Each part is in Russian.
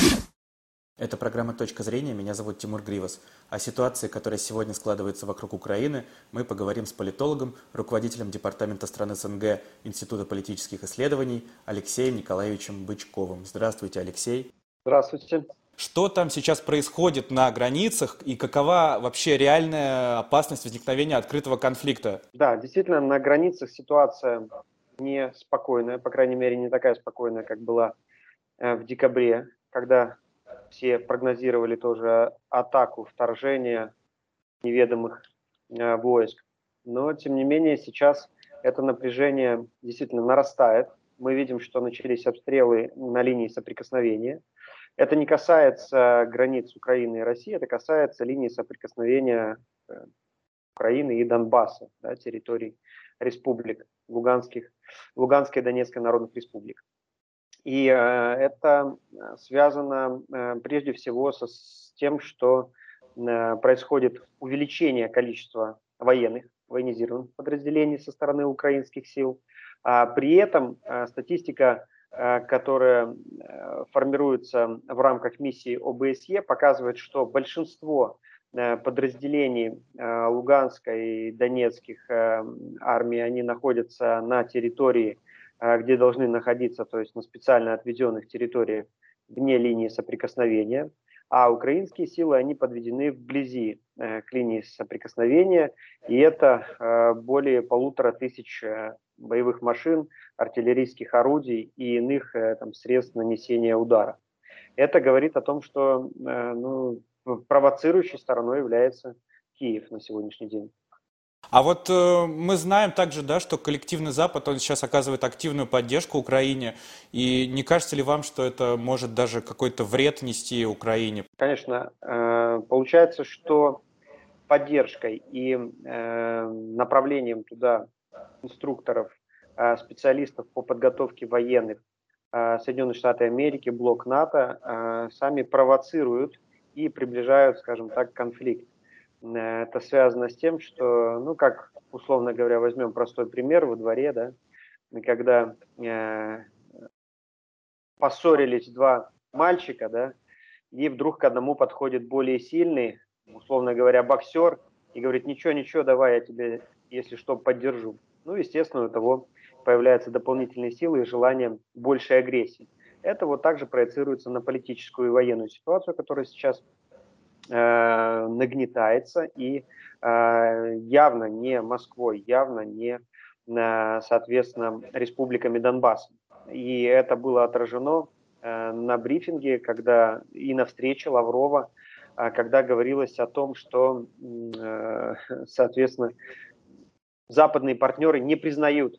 Это программа «Точка зрения». Меня зовут Тимур Гривас. О ситуации, которая сегодня складывается вокруг Украины, мы поговорим с политологом, руководителем Департамента стран СНГ Института политических исследований Алексеем Николаевичем Бычковым. Здравствуйте, Алексей. Здравствуйте. Что там сейчас происходит на границах и какова вообще реальная опасность возникновения открытого конфликта? Да, действительно, на границах ситуация неспокойная, по крайней мере, не такая спокойная, как была в декабре, когда все прогнозировали тоже атаку, вторжение неведомых войск. Но, тем не менее, сейчас это напряжение действительно нарастает. Мы видим, что начались обстрелы на линии соприкосновения. Это не касается границ Украины и России, это касается линии соприкосновения Украины и Донбасса, да, территорий республик, Луганской и Донецкой народных республик. И это связано прежде всего с тем, что происходит увеличение количества военизированных подразделений со стороны украинских сил. А при этом статистика, которая формируется в рамках миссии ОБСЕ, показывает, что большинство подразделений Луганской и Донецких армий, они находятся на территории, где должны находиться, то есть на специально отведенных территориях вне линии соприкосновения, а украинские силы, они подведены вблизи к линии соприкосновения, и это более 1500 боевых машин, артиллерийских орудий и иных средств нанесения удара. Это говорит о том, что провоцирующей стороной является Киев на сегодняшний день. А вот мы знаем также, да, что коллективный Запад, он сейчас оказывает активную поддержку Украине. И не кажется ли вам, что это может даже какой-то вред нести Украине? Конечно, получается, что поддержкой и направлением туда инструкторов, специалистов по подготовке военных Соединенные Штаты Америки, блок НАТО, сами провоцируют и приближают, скажем так, конфликт. Это связано с тем, что, как, условно говоря, возьмем простой пример во дворе, да, когда поссорились два мальчика, да, и вдруг к одному подходит более сильный, условно говоря, боксер, и говорит: ничего, давай я тебе, если что, поддержу. Естественно, у того появляются дополнительные силы и желание большей агрессии. Это вот также проецируется на политическую и военную ситуацию, которая сейчас нагнетается, и явно не Москвой, явно не, соответственно, республиками Донбасса. И это было отражено на брифинге, когда и на встрече Лаврова, когда говорилось о том, что, соответственно, западные партнеры не признают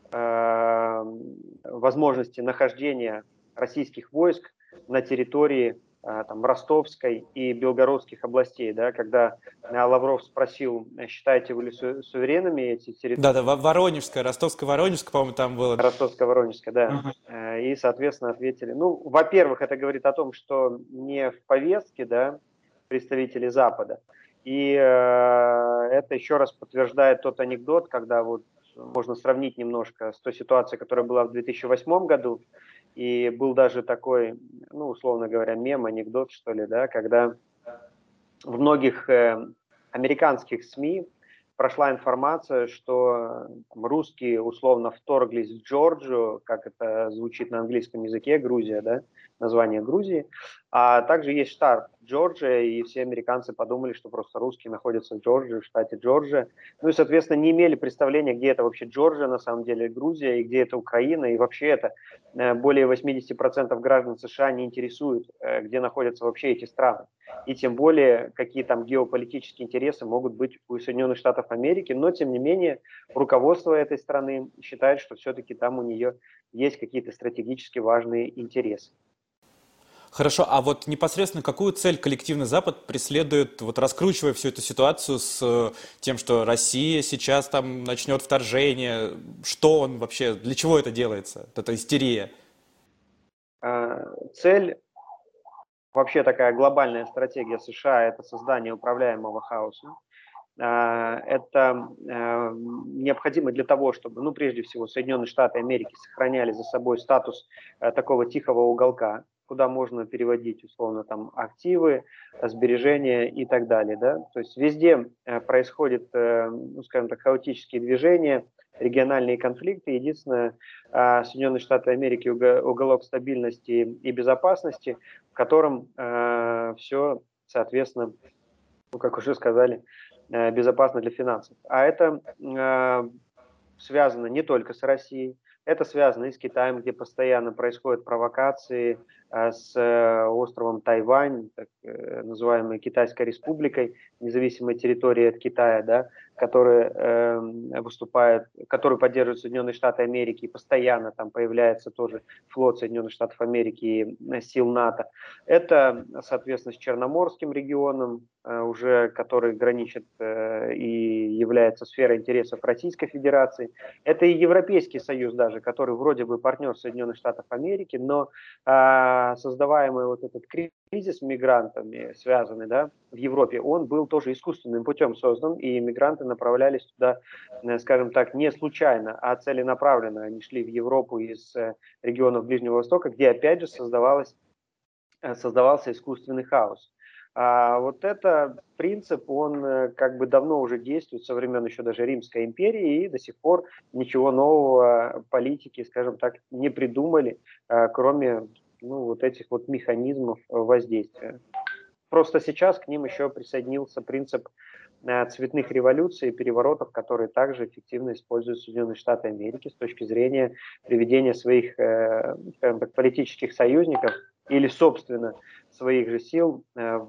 возможности нахождения российских войск на территории Ростовской и Белгородских областей, да, когда Лавров спросил: считаете вы ли суверенными эти территории? Да, Воронежская, Ростовско-Воронежская, по-моему, там было. Ростовско-Воронежская, да. И, соответственно, ответили. Во-первых, это говорит о том, что не в повестке, да, представители Запада. И это еще раз подтверждает тот анекдот, когда вот можно сравнить немножко с той ситуацией, которая была в 2008 году. И был даже такой, условно говоря, мем, анекдот, что ли, да, когда в многих американских СМИ прошла информация, что русские условно вторглись в Джорджию, как это звучит на английском языке, Грузия, да, название Грузии, а также есть штат Джорджия, и все американцы подумали, что просто русские находятся в Джорджии, в штате Джорджия. И, соответственно, не имели представления, где это вообще Джорджия, на самом деле Грузия, и где это Украина, и вообще это более 80% граждан США не интересует, где находятся вообще эти страны. И тем более, какие там геополитические интересы могут быть у Соединенных Штатов Америки, но, тем не менее, руководство этой страны считает, что все-таки там у нее есть какие-то стратегически важные интересы. Хорошо, а вот непосредственно какую цель коллективный Запад преследует, вот раскручивая всю эту ситуацию с тем, что Россия сейчас там начнет вторжение? Что он вообще, для чего это делается, эта истерия? Цель, вообще такая глобальная стратегия США – это создание управляемого хаоса. Это необходимо для того, чтобы, прежде всего, Соединенные Штаты Америки сохраняли за собой статус такого тихого уголка, куда можно переводить условно там активы, сбережения и так далее, да. То есть везде происходит, ну, скажем так, хаотические движения, региональные конфликты. Единственное, Соединенные Штаты Америки уголок стабильности и безопасности, в котором все, соответственно, ну, как уже сказали, безопасно для финансов. А это связано не только с Россией, это связано и с Китаем, где постоянно происходят провокации, с островом Тайвань, так называемой Китайской республикой, независимой территории от Китая, да, которая выступает, которую поддерживают Соединенные Штаты Америки, и постоянно там появляется тоже флот Соединенных Штатов Америки и сил НАТО. Это, соответственно, с Черноморским регионом, уже который граничит и является сферой интересов Российской Федерации. Это и Европейский Союз даже, который вроде бы партнер Соединенных Штатов Америки, но создаваемый вот этот кризис с мигрантами, связанный, да, в Европе, он был тоже искусственным путем создан, и мигранты направлялись туда, скажем так, не случайно, а целенаправленно. Они шли в Европу из регионов Ближнего Востока, где опять же создавался искусственный хаос. А вот это принцип, он как бы давно уже действует, со времен еще даже Римской империи, и до сих пор ничего нового политики, скажем так, не придумали, кроме ну, вот этих вот механизмов воздействия. Просто сейчас к ним еще присоединился принцип цветных революций и переворотов, которые также эффективно используют Соединенные Штаты Америки с точки зрения приведения своих, скажем так, политических союзников или, собственно, своих же сил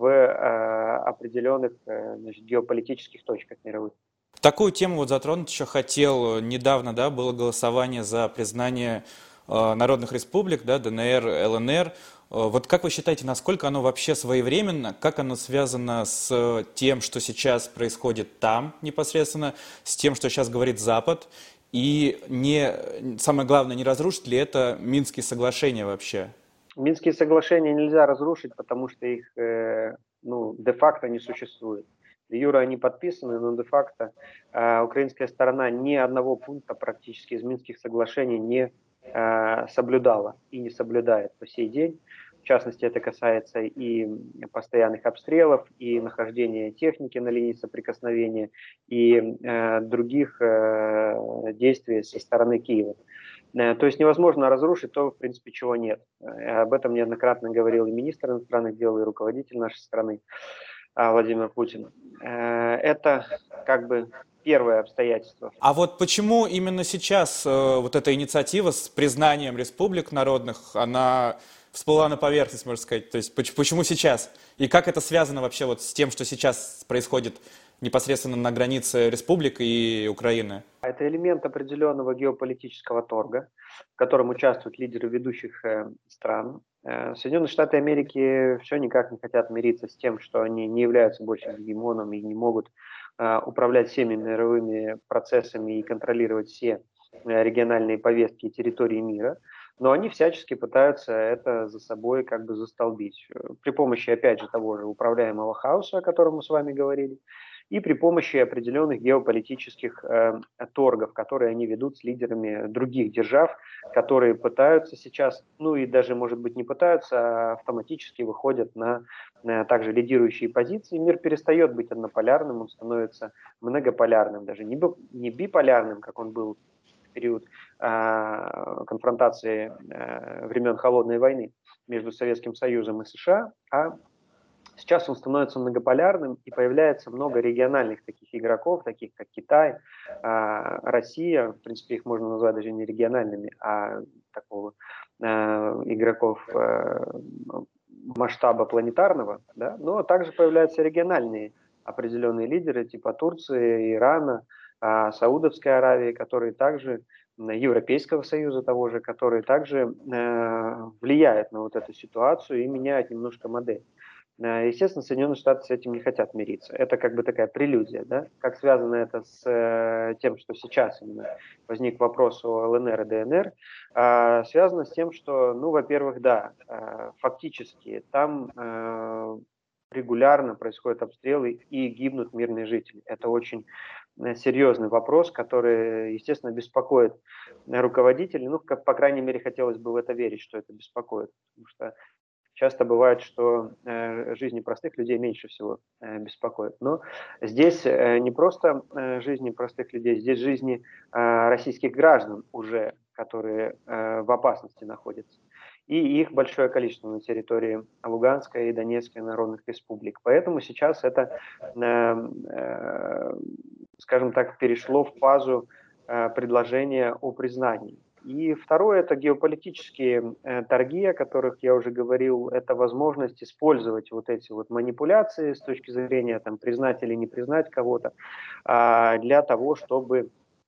в определенных значит, геополитических точках мировых. Такую тему вот затронуть еще хотел. Недавно, да, было голосование за признание народных республик, да, ДНР, ЛНР. Вот как вы считаете, насколько оно вообще своевременно, как оно связано с тем, что сейчас происходит там непосредственно, с тем, что сейчас говорит Запад, и самое главное, не разрушит ли это Минские соглашения вообще? Минские соглашения нельзя разрушить, потому что их ну, де-факто не существует. Де-юре они подписаны, но де-факто украинская сторона ни одного пункта практически из Минских соглашений не соблюдала и не соблюдает по сей день. В частности, это касается и постоянных обстрелов, и нахождения техники на линии соприкосновения, и других действий со стороны Киева. То есть невозможно разрушить то, в принципе, чего нет. Об этом неоднократно говорил и министр иностранных дел, и руководитель нашей страны Владимир Путин. Это как бы первое обстоятельство. А вот почему именно сейчас вот эта инициатива с признанием республик народных, она всплыла на поверхность, можно сказать? То есть почему сейчас? И как это связано вообще вот с тем, что сейчас происходит непосредственно на границе республик и Украины? Это элемент определенного геополитического торга, в котором участвуют лидеры ведущих стран. Соединенные Штаты Америки все никак не хотят мириться с тем, что они не являются больше гегемоном и не могут управлять всеми мировыми процессами и контролировать все региональные повестки и территории мира. Но они всячески пытаются это за собой как бы застолбить. При помощи, опять же, того же управляемого хаоса, о котором мы с вами говорили, и при помощи определенных геополитических торгов, которые они ведут с лидерами других держав, которые пытаются сейчас, ну и даже, может быть, не пытаются, а автоматически выходят на также лидирующие позиции. Мир перестает быть однополярным, он становится многополярным, даже не биполярным, как он был в период конфронтации времен Холодной войны между Советским Союзом и США, а сейчас он становится многополярным, и появляется много региональных таких игроков, таких как Китай, Россия, в принципе, их можно назвать даже не региональными, а такого игроков масштаба планетарного, да? Но также появляются региональные определенные лидеры типа Турции, Ирана, Саудовской Аравии, которые также Европейского Союза того же, которые также влияют на вот эту ситуацию и меняют немножко модель. Естественно, Соединенные Штаты с этим не хотят мириться. Это как бы такая прелюдия, да? Как связано это с тем, что сейчас именно возник вопрос о ЛНР и ДНР, связано с тем, что, ну, во-первых, да, фактически там регулярно происходят обстрелы и гибнут мирные жители. Это очень серьезный вопрос, который, естественно, беспокоит руководителей. Ну, как, по крайней мере, хотелось бы в это верить, что это беспокоит. Потому что часто бывает, что жизни простых людей меньше всего беспокоят. Но здесь не просто жизни простых людей, здесь жизни российских граждан уже, которые в опасности находятся. И их большое количество на территории Луганской и Донецкой народных республик. Поэтому сейчас это, скажем так, перешло в фазу предложения о признании. И второе – это геополитические торги, о которых я уже говорил. Это возможность использовать вот эти вот манипуляции с точки зрения там, признать или не признать кого-то для того, чтобы,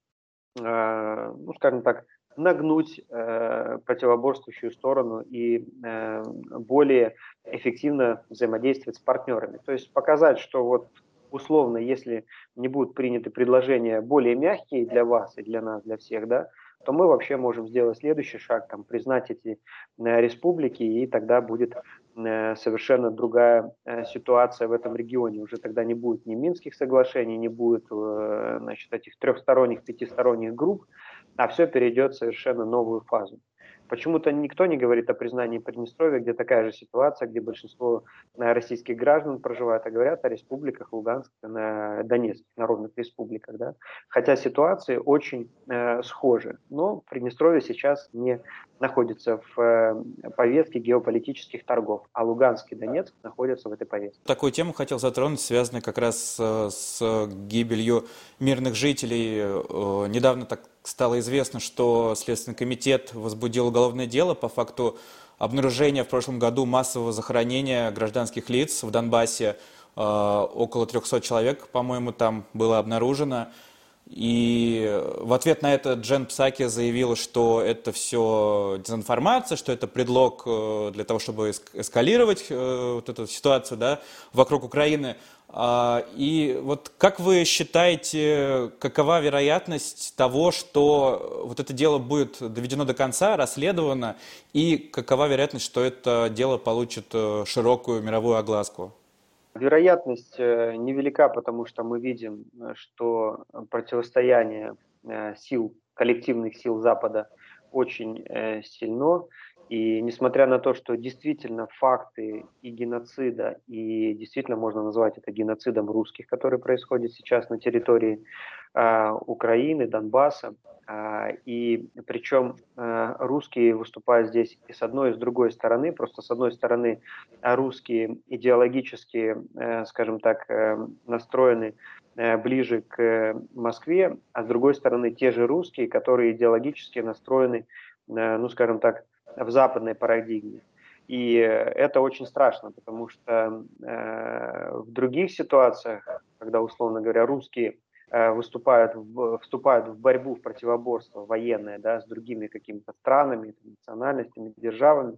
ну, скажем так, нагнуть противоборствующую сторону и более эффективно взаимодействовать с партнерами. То есть показать, что вот условно, если не будут приняты предложения более мягкие для вас и для нас, для всех, да, то мы вообще можем сделать следующий шаг, там, признать эти республики, и тогда будет совершенно другая ситуация в этом регионе. Уже тогда не будет ни Минских соглашений, не будет значит, этих трехсторонних, пятисторонних групп, а все перейдет в совершенно новую фазу. Почему-то никто не говорит о признании Приднестровья, где такая же ситуация, где большинство российских граждан проживают, а говорят о республиках Луганск, Донецких народных республиках. Да? Хотя ситуации очень схожи. Но Приднестровье сейчас не находится в повестке геополитических торгов, а Луганск и Донецк находятся в этой повестке. Такую тему хотел затронуть, связанную как раз с гибелью мирных жителей. Недавно так стало известно, что Следственный комитет возбудил уголовное дело по факту обнаружения в прошлом году массового захоронения гражданских лиц в Донбассе. Около 300 человек, по-моему, там было обнаружено. И в ответ на это Джен Псаки заявила, что это все дезинформация, что это предлог для того, чтобы эскалировать вот эту ситуацию, да, вокруг Украины. И вот как вы считаете, какова вероятность того, что вот это дело будет доведено до конца, расследовано, и какова вероятность, что это дело получит широкую мировую огласку? Вероятность невелика, потому что мы видим, что противостояние сил, коллективных сил Запада очень сильно. И несмотря на то, что действительно факты и геноцида, и действительно можно назвать это геноцидом русских, который происходит сейчас на территории Украины, Донбасса, и причем русские выступают здесь и с одной, и с другой стороны. Просто с одной стороны русские идеологически, скажем так, настроены ближе к Москве, а с другой стороны те же русские, которые идеологически настроены, ну, скажем так, в западной парадигме. И это очень страшно, потому что в других ситуациях, когда, условно говоря, русские вступают в борьбу, в противоборство военное, да, с другими какими-то странами, национальностями, державами,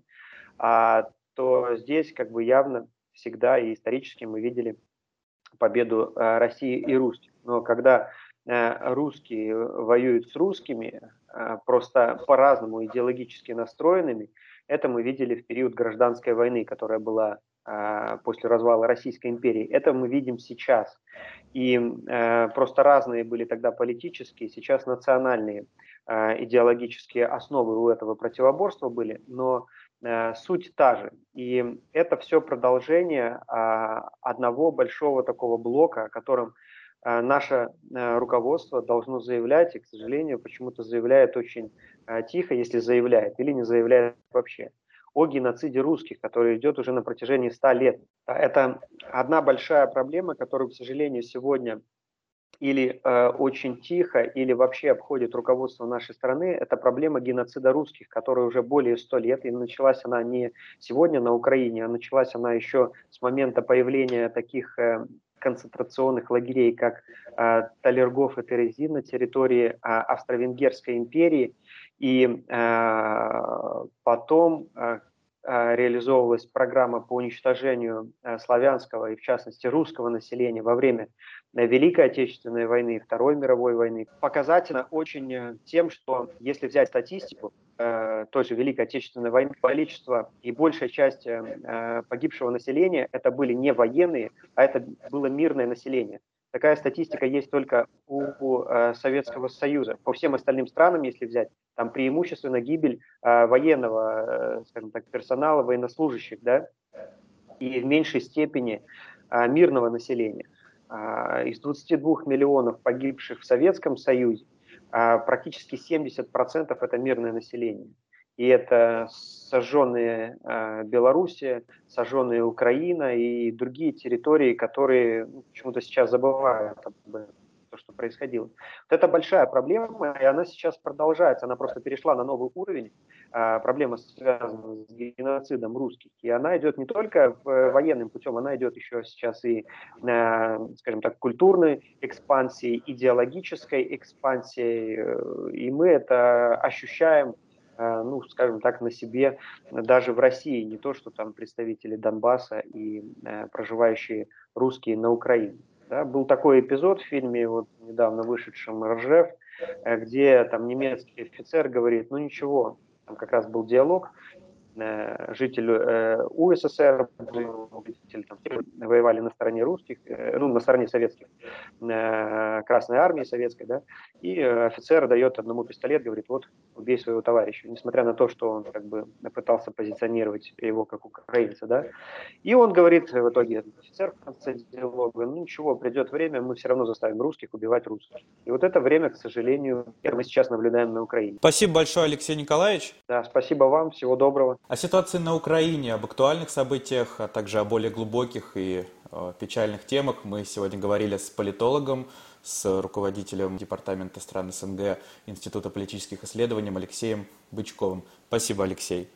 то здесь как бы явно всегда и исторически мы видели победу России и русских. Но когда русские воюют с русскими, просто по-разному идеологически настроенными, это мы видели в период гражданской войны, которая была после развала Российской империи. Это мы видим сейчас. И просто разные были тогда политические, сейчас национальные идеологические основы у этого противоборства были, но суть та же. И это все продолжение одного большого такого блока, о котором наше руководство должно заявлять, и, к сожалению, почему-то заявляет очень тихо, если заявляет, или не заявляет вообще, о геноциде русских, который идет уже на протяжении 100 лет. Это одна большая проблема, которую, к сожалению, сегодня или очень тихо, или вообще обходит руководство нашей страны, это проблема геноцида русских, которая уже более 100 лет, и началась она не сегодня на Украине, а началась она еще с момента появления таких концентрационных лагерей, как Талергов и Терезин на территории Австро-Венгерской империи, и потом реализовывалась программа по уничтожению славянского и, в частности, русского населения во время Великой Отечественной войны, Второй мировой войны. Показательно очень тем, что если взять статистику той же Великой Отечественной войны, количество и большая часть погибшего населения это были не военные, а это было мирное население. Такая статистика есть только у Советского Союза. По всем остальным странам, если взять, там преимущественно гибель военного, скажем так, персонала, военнослужащих, да, и в меньшей степени мирного населения. Из 22 миллионов погибших в Советском Союзе практически 70% это мирное население. И это сожженные Белоруссия, сожженные Украина и другие территории, которые почему-то сейчас забывают об этом, то, что происходило. Вот это большая проблема, и она сейчас продолжается. Она просто перешла на новый уровень. Проблема связана с геноцидом русских. И она идет не только военным путем, она идет еще сейчас и, скажем так, культурной экспансией, идеологической экспансией. И мы это ощущаем, ну, скажем так, на себе даже в России, не то, что там представители Донбасса и проживающие русские на Украине. Да, был такой эпизод в фильме, вот недавно вышедшем «Ржев», где там немецкий офицер говорит, ну ничего, там как раз был диалог, житель УССР, жители там, воевали на стороне русских, ну, на стороне советских, Красной Армии советской, да, и офицер дает одному пистолет, говорит, вот, убей своего товарища, несмотря на то, что он как бы пытался позиционировать его как украинца, да, и он говорит в итоге, офицер в конце диалога, ну ничего, придет время, мы все равно заставим русских убивать русских. И вот это время, к сожалению, мы сейчас наблюдаем на Украине. Спасибо большое, Алексей Николаевич. Да, спасибо вам, всего доброго. О ситуации на Украине, об актуальных событиях, а также о более глубоких и печальных темах мы сегодня говорили с политологом, с руководителем Департамента стран СНГ Института политических исследований Алексеем Бычковым. Спасибо, Алексей.